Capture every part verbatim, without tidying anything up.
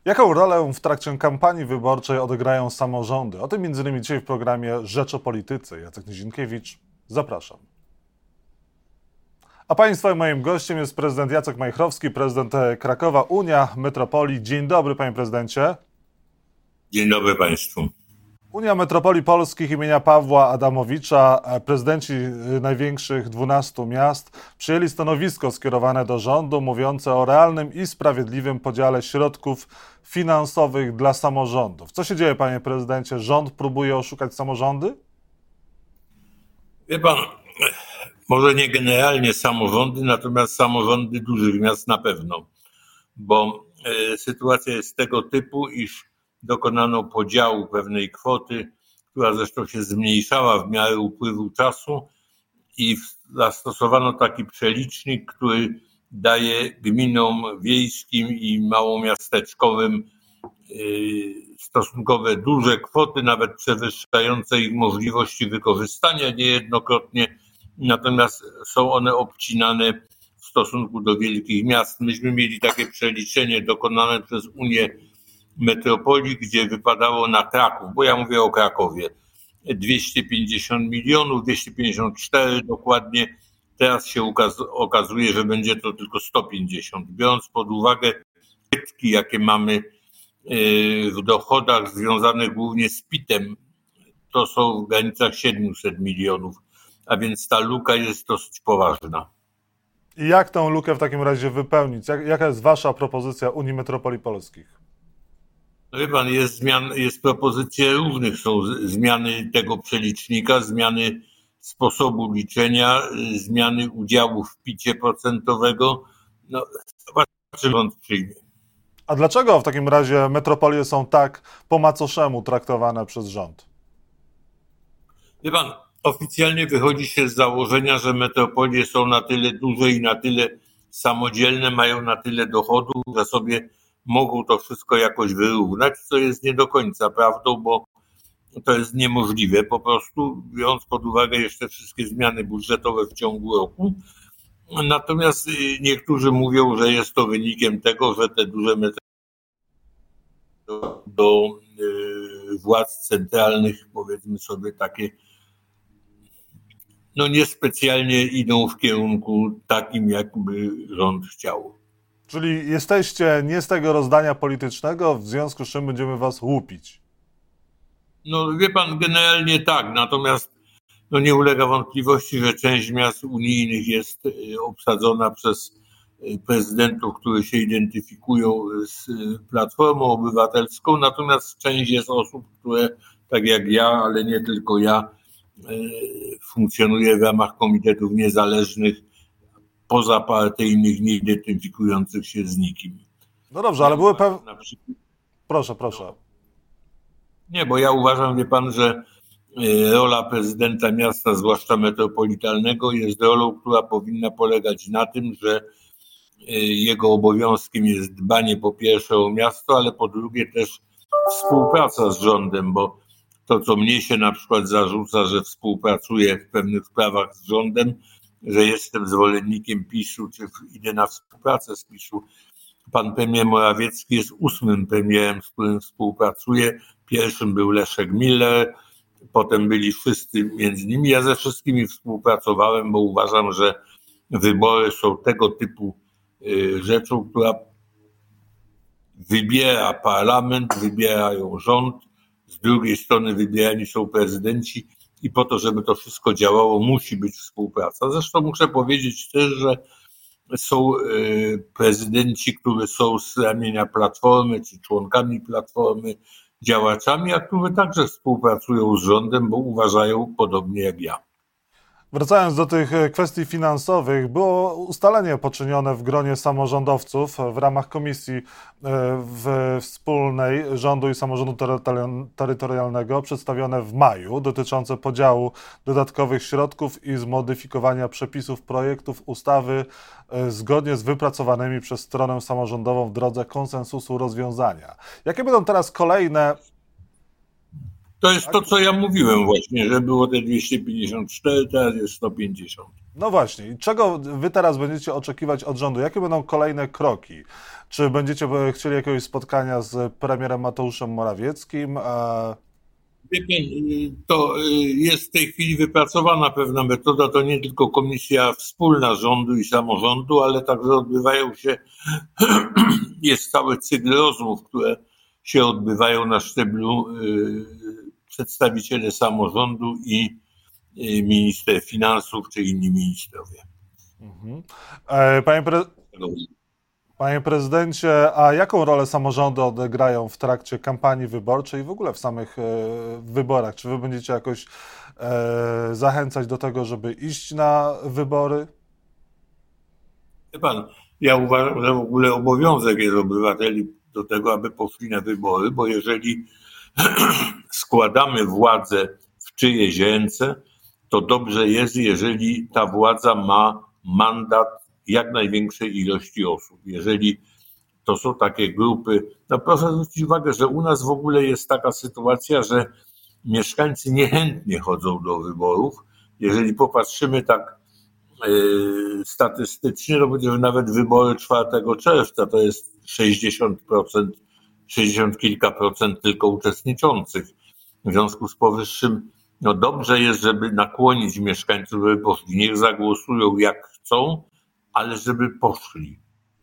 Jaką rolę w trakcie kampanii wyborczej odegrają samorządy? O tym między innymi dzisiaj w programie Rzecz o Polityce. Jacek Nizinkiewicz, zapraszam. A Państwa i moim gościem jest prezydent Jacek Majchrowski, prezydent Krakowa, Unia Metropolii. Dzień dobry, panie prezydencie. Dzień dobry państwu. Unia Metropolii Polskich imienia Pawła Adamowicza, prezydenci największych dwunastu miast przyjęli stanowisko skierowane do rządu mówiące o realnym i sprawiedliwym podziale środków finansowych dla samorządów. Co się dzieje, panie prezydencie? Rząd próbuje oszukać samorządy? Wie pan, może nie generalnie samorządy, natomiast samorządy dużych miast na pewno, bo y, sytuacja jest tego typu, iż dokonano podziału pewnej kwoty, która zresztą się zmniejszała w miarę upływu czasu i zastosowano taki przelicznik, który daje gminom wiejskim i małomiasteczkowym stosunkowe duże kwoty, nawet przewyższające ich możliwości wykorzystania niejednokrotnie, natomiast są one obcinane w stosunku do wielkich miast. Myśmy mieli takie przeliczenie dokonane przez Unię Metropolii, gdzie wypadało na Kraków, bo ja mówię o Krakowie, dwieście pięćdziesiąt milionów, dwieście pięćdziesiąt cztery dokładnie. Teraz się ukaz- okazuje, że będzie to tylko sto pięćdziesiąt. Biorąc pod uwagę spadki, jakie mamy w dochodach związanych głównie z pitem, to są w granicach siedemset milionów, a więc ta luka jest dosyć poważna. I jak tę lukę w takim razie wypełnić? Jak, jaka jest wasza propozycja Unii Metropolii Polskich? No wie pan, jest, zmian, jest propozycje różnych, są zmiany tego przelicznika, zmiany sposobu liczenia, zmiany udziału w picie procentowego. No, zobaczymy, rząd przyjmie. A dlaczego w takim razie metropolie są tak po macoszemu traktowane przez rząd? Wie pan, oficjalnie wychodzi się z założenia, że metropolie są na tyle duże i na tyle samodzielne, mają na tyle dochodu, że sobie mogą to wszystko jakoś wyrównać, co jest nie do końca prawdą, bo to jest niemożliwe po prostu, biorąc pod uwagę jeszcze wszystkie zmiany budżetowe w ciągu roku. Natomiast niektórzy mówią, że jest to wynikiem tego, że te duże metropolie do, do yy, władz centralnych, powiedzmy sobie, takie no niespecjalnie idą w kierunku takim, jakby rząd chciał. Czyli jesteście nie z tego rozdania politycznego, w związku z czym będziemy was łupić. No wie pan, generalnie tak, natomiast no nie ulega wątpliwości, że część miast unijnych jest obsadzona przez prezydentów, którzy się identyfikują z Platformą Obywatelską, natomiast część jest osób, które tak jak ja, ale nie tylko ja, funkcjonuje w ramach komitetów niezależnych, pozapartyjnych, nie identyfikujących się z nikim. No dobrze, ale były pewne... Proszę, proszę. Nie, bo ja uważam, wie pan, że rola prezydenta miasta, zwłaszcza metropolitalnego, jest rolą, która powinna polegać na tym, że jego obowiązkiem jest dbanie po pierwsze o miasto, ale po drugie też współpraca z rządem, bo to, co mnie się na przykład zarzuca, że współpracuję w pewnych sprawach z rządem, że jestem zwolennikiem PiSu, czy idę na współpracę z PiSu. Pan premier Morawiecki jest ósmym premierem, z którym współpracuję. Pierwszym był Leszek Miller, potem byli wszyscy między nimi. Ja ze wszystkimi współpracowałem, bo uważam, że wybory są tego typu rzeczą, która wybiera parlament, wybiera ją rząd, z drugiej strony wybierani są prezydenci i po to, żeby to wszystko działało, musi być współpraca. Zresztą muszę powiedzieć też, że są prezydenci, którzy są z ramienia Platformy, czy członkami Platformy, działaczami, a którzy także współpracują z rządem, bo uważają podobnie jak ja. Wracając do tych kwestii finansowych, było ustalenie poczynione w gronie samorządowców w ramach komisji w wspólnej rządu i samorządu terytorialnego przedstawione w maju dotyczące podziału dodatkowych środków i zmodyfikowania przepisów projektów ustawy zgodnie z wypracowanymi przez stronę samorządową w drodze konsensusu rozwiązania. Jakie będą teraz kolejne... To jest to, co ja mówiłem właśnie, że było te dwieście pięćdziesiąt cztery, teraz jest sto pięćdziesiąt. No właśnie, i czego wy teraz będziecie oczekiwać od rządu? Jakie będą kolejne kroki? Czy będziecie chcieli jakiegoś spotkania z premierem Mateuszem Morawieckim? A... Wie pan, to jest w tej chwili wypracowana pewna metoda, to nie tylko komisja wspólna rządu i samorządu, ale także odbywają się, jest cały cykl rozmów, które się odbywają na szczeblu przedstawiciele samorządu i minister finansów czy inni ministrowie. Mhm. Panie, pre... Panie prezydencie, a jaką rolę samorządy odegrają w trakcie kampanii wyborczej i w ogóle w samych e, wyborach? Czy wy będziecie jakoś e, zachęcać do tego, żeby iść na wybory? Wie pan, ja uważam, że w ogóle obowiązek jest obywateli do tego, aby poszli na wybory, bo jeżeli składamy władzę w czyjeś ręce, to dobrze jest, jeżeli ta władza ma mandat jak największej ilości osób. Jeżeli to są takie grupy, no proszę zwrócić uwagę, że u nas w ogóle jest taka sytuacja, że mieszkańcy niechętnie chodzą do wyborów. Jeżeli popatrzymy tak yy, statystycznie, to będzie, że nawet wybory czwartego czerwca to jest sześćdziesiąt procent, sześćdziesiąt kilka procent tylko uczestniczących. W związku z powyższym, no dobrze jest, żeby nakłonić mieszkańców, żeby poszli. Niech zagłosują jak chcą, ale żeby poszli.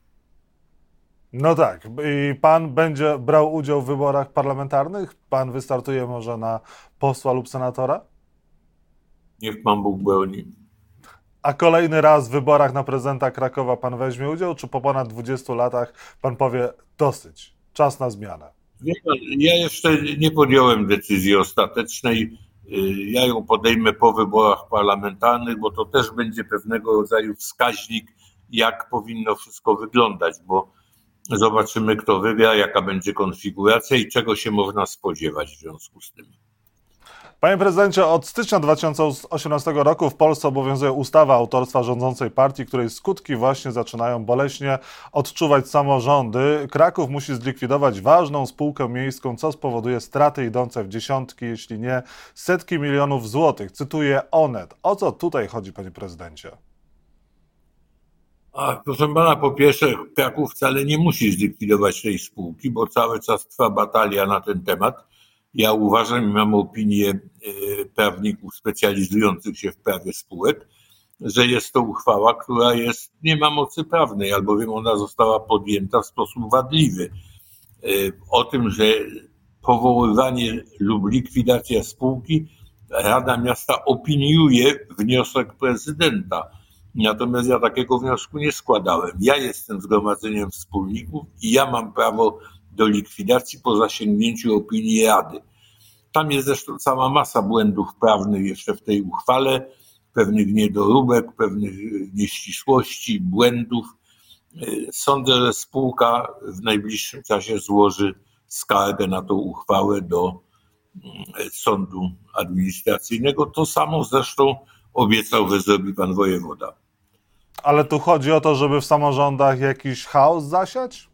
No tak. I pan będzie brał udział w wyborach parlamentarnych? Pan wystartuje może na posła lub senatora? Niech Pan Bóg broni. A kolejny raz w wyborach na prezydenta Krakowa pan weźmie udział, czy po ponad dwudziestu latach pan powie dosyć, czas na zmianę? Wie pan, ja jeszcze nie podjąłem decyzji ostatecznej. Ja ją podejmę po wyborach parlamentarnych, bo to też będzie pewnego rodzaju wskaźnik, jak powinno wszystko wyglądać, bo zobaczymy, kto wygra, jaka będzie konfiguracja i czego się można spodziewać w związku z tym. Panie prezydencie, od stycznia dwa tysiące osiemnastego roku w Polsce obowiązuje ustawa autorstwa rządzącej partii, której skutki właśnie zaczynają boleśnie odczuwać samorządy. Kraków musi zlikwidować ważną spółkę miejską, co spowoduje straty idące w dziesiątki, jeśli nie setki milionów złotych. Cytuję Onet. O co tutaj chodzi, panie prezydencie? A, proszę pana, po pierwsze, Kraków wcale nie musi zlikwidować tej spółki, bo cały czas trwa batalia na ten temat. Ja uważam i mam opinię prawników specjalizujących się w prawie spółek, że jest to uchwała, która jest, nie ma mocy prawnej, albowiem ona została podjęta w sposób wadliwy. O tym, że powoływanie lub likwidacja spółki, Rada Miasta opiniuje wniosek prezydenta. Natomiast ja takiego wniosku nie składałem. Ja jestem zgromadzeniem wspólników i ja mam prawo do likwidacji po zasięgnięciu opinii Rady. Tam jest zresztą cała masa błędów prawnych jeszcze w tej uchwale, pewnych niedoróbek, pewnych nieścisłości, błędów. Sądzę, że spółka w najbliższym czasie złoży skargę na tą uchwałę do sądu administracyjnego. To samo zresztą obiecał, że zrobi pan wojewoda. Ale tu chodzi o to, żeby w samorządach jakiś chaos zasiać?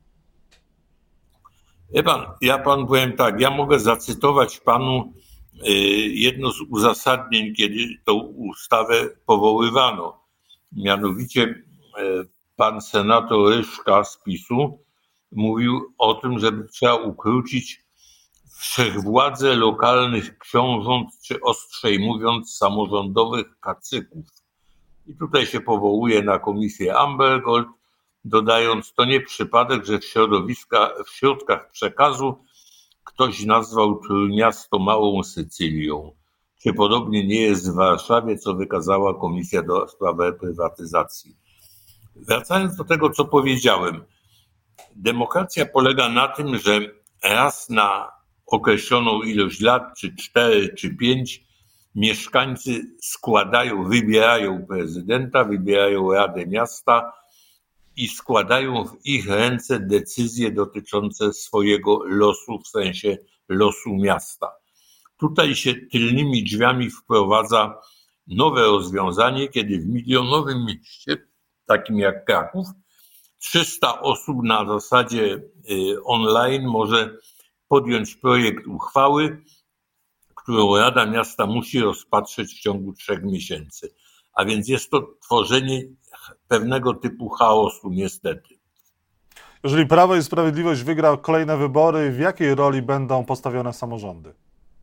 Wie pan, ja panu powiem tak, ja mogę zacytować panu jedno z uzasadnień, kiedy tą ustawę powoływano. Mianowicie pan senator Ryszka z PiS-u mówił o tym, żeby trzeba ukrócić wszechwładzę lokalnych książąt, czy ostrzej mówiąc samorządowych kacyków. I tutaj się powołuje na komisję Ambergold, dodając, to nie przypadek, że w, środowiska, w środkach przekazu ktoś nazwał Trójmiasto Małą Sycylią. Czy podobnie nie jest w Warszawie, co wykazała Komisja do spraw reprywatyzacji. Wracając do tego, co powiedziałem. Demokracja polega na tym, że raz na określoną ilość lat, czy cztery, czy pięć, mieszkańcy składają, wybierają prezydenta, wybierają Radę Miasta i składają w ich ręce decyzje dotyczące swojego losu, w sensie losu miasta. Tutaj się tylnymi drzwiami wprowadza nowe rozwiązanie, kiedy w milionowym mieście, takim jak Kraków, trzysta osób na zasadzie online może podjąć projekt uchwały, którą Rada Miasta musi rozpatrzeć w ciągu trzech miesięcy. A więc jest to tworzenie pewnego typu chaosu, niestety. Jeżeli Prawo i Sprawiedliwość wygra kolejne wybory, w jakiej roli będą postawione samorządy?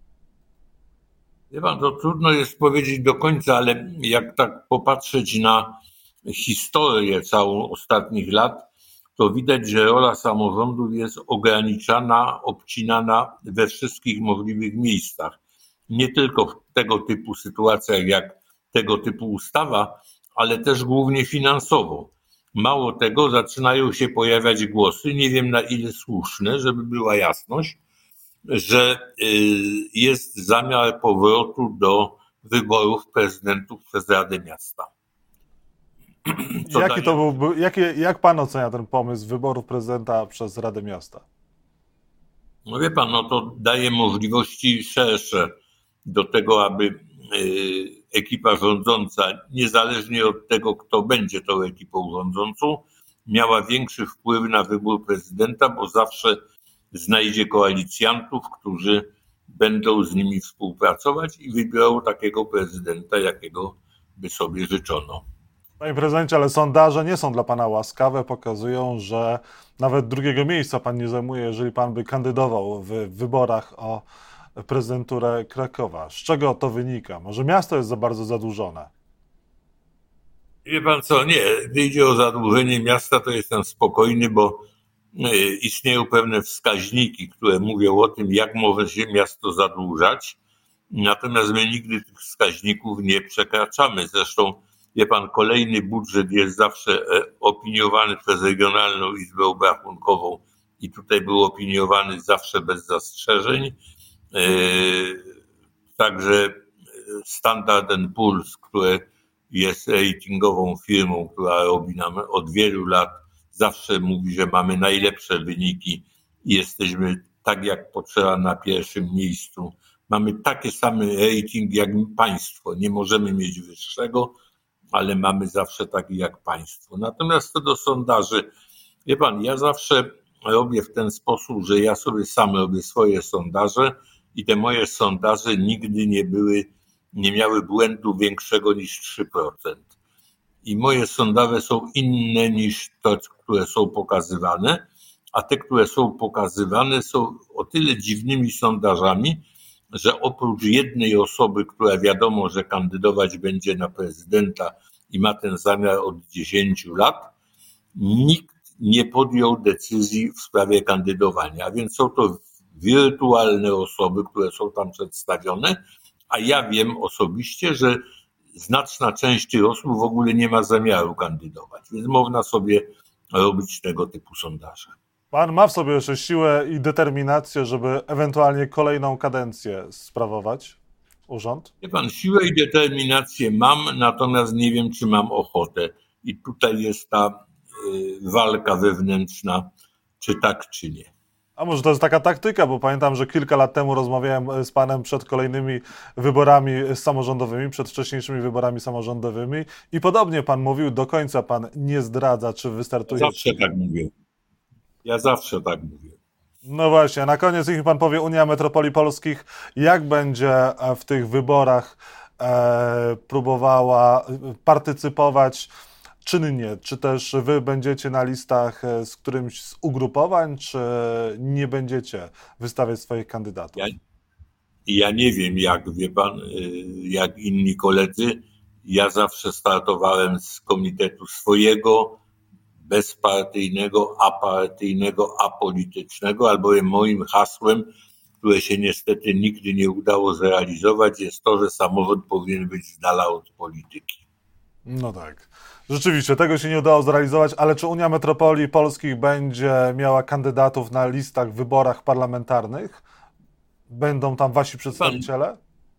Wie pan, to trudno jest powiedzieć do końca, ale jak tak popatrzeć na historię całą ostatnich lat, to widać, że rola samorządów jest ograniczana, obcinana we wszystkich możliwych miejscach. Nie tylko w tego typu sytuacjach jak tego typu ustawa, ale też głównie finansowo. Mało tego, zaczynają się pojawiać głosy, nie wiem na ile słuszne, żeby była jasność, że jest zamiar powrotu do wyborów prezydentów przez Radę Miasta. Co Jaki to byłby, jaki, jak pan ocenia ten pomysł wyborów prezydenta przez Radę Miasta? No wie pan, no to daje możliwości szersze do tego, aby ekipa rządząca, niezależnie od tego, kto będzie tą ekipą rządzącą, miała większy wpływ na wybór prezydenta, bo zawsze znajdzie koalicjantów, którzy będą z nimi współpracować i wybiorą takiego prezydenta, jakiego by sobie życzono. Panie prezydencie, ale sondaże nie są dla pana łaskawe, pokazują, że nawet drugiego miejsca pan nie zajmuje, jeżeli pan by kandydował w wyborach o prezydenturę Krakowa. Z czego to wynika? Może miasto jest za bardzo zadłużone? Wie pan co, nie, gdy idzie o zadłużenie miasta, to jestem spokojny, bo istnieją pewne wskaźniki, które mówią o tym, jak może się miasto zadłużać. Natomiast my nigdy tych wskaźników nie przekraczamy. Zresztą, wie pan, kolejny budżet jest zawsze opiniowany przez Regionalną Izbę Obrachunkową i tutaj był opiniowany zawsze bez zastrzeżeń. Także Standard and Poor's, które jest ratingową firmą, która robi nam od wielu lat, zawsze mówi, że mamy najlepsze wyniki i jesteśmy tak jak potrzeba na pierwszym miejscu. Mamy takie same rating jak państwo. Nie możemy mieć wyższego, ale mamy zawsze taki jak państwo. Natomiast co do sondaży, wie pan, ja zawsze robię w ten sposób, że ja sobie sam robię swoje sondaże i te moje sondaże nigdy nie były, nie miały błędu większego niż trzy procent. I moje sondaże są inne niż te, które są pokazywane, a te, które są pokazywane, są o tyle dziwnymi sondażami, że oprócz jednej osoby, która wiadomo, że kandydować będzie na prezydenta i ma ten zamiar od dziesięciu lat, nikt nie podjął decyzji w sprawie kandydowania. A więc są to wirtualne osoby, które są tam przedstawione, a ja wiem osobiście, że znaczna część tych osób w ogóle nie ma zamiaru kandydować, więc można sobie robić tego typu sondaże. Pan ma w sobie jeszcze siłę i determinację, żeby ewentualnie kolejną kadencję sprawować urząd? Wie pan, siłę i determinację mam, natomiast nie wiem, czy mam ochotę. I tutaj jest ta y, walka wewnętrzna, czy tak, czy nie. A może to jest taka taktyka, bo pamiętam, że kilka lat temu rozmawiałem z panem przed kolejnymi wyborami samorządowymi, przed wcześniejszymi wyborami samorządowymi i podobnie pan mówił, do końca pan nie zdradza, czy wystartuje. Ja zawsze tak mówię. Ja zawsze tak mówię. No właśnie, a na koniec niech pan powie, Unia Metropolii Polskich, jak będzie w tych wyborach e, próbowała partycypować czynnie, czy też wy będziecie na listach z którymś z ugrupowań, czy nie będziecie wystawiać swoich kandydatów? Ja, ja nie wiem, jak wie pan, jak inni koledzy. Ja zawsze startowałem z komitetu swojego, bezpartyjnego, apartyjnego, apolitycznego, albowiem moim hasłem, które się niestety nigdy nie udało zrealizować, jest to, że samorząd powinien być z dala od polityki. No tak. Rzeczywiście, tego się nie udało zrealizować, ale czy Unia Metropolii Polskich będzie miała kandydatów na listach w wyborach parlamentarnych? Będą tam wasi przedstawiciele?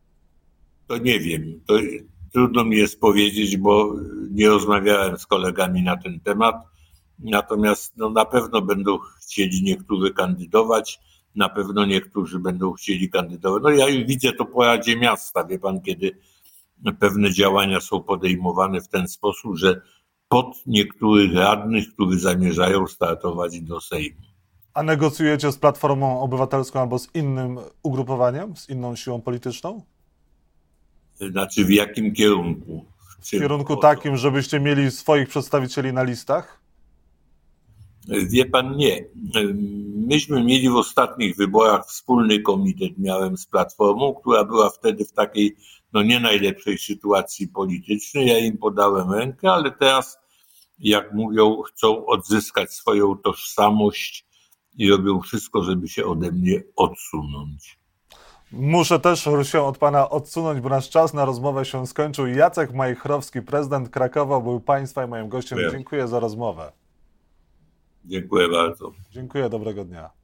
To nie wiem. To trudno mi jest powiedzieć, bo nie rozmawiałem z kolegami na ten temat. Natomiast no, na pewno będą chcieli niektórzy kandydować, na pewno niektórzy będą chcieli kandydować. No ja już widzę to po Radzie Miasta, wie pan, kiedy pewne działania są podejmowane w ten sposób, że pod niektórych radnych, którzy zamierzają startować do Sejmu. A negocjujecie z Platformą Obywatelską albo z innym ugrupowaniem, z inną siłą polityczną? Znaczy w jakim kierunku? w kierunku takim, żebyście mieli swoich przedstawicieli na listach? Wie pan, nie. Myśmy mieli w ostatnich wyborach wspólny komitet, miałem z Platformą, która była wtedy w takiej no nie najlepszej sytuacji politycznej. Ja im podałem rękę, ale teraz, jak mówią, chcą odzyskać swoją tożsamość i robią wszystko, żeby się ode mnie odsunąć. Muszę też się od pana odsunąć, bo nasz czas na rozmowę się skończył. Jacek Majchrowski, prezydent Krakowa, był państwa i moim gościem. Dziękuję za rozmowę. Dziękuję bardzo. Dziękuję, dobrego dnia.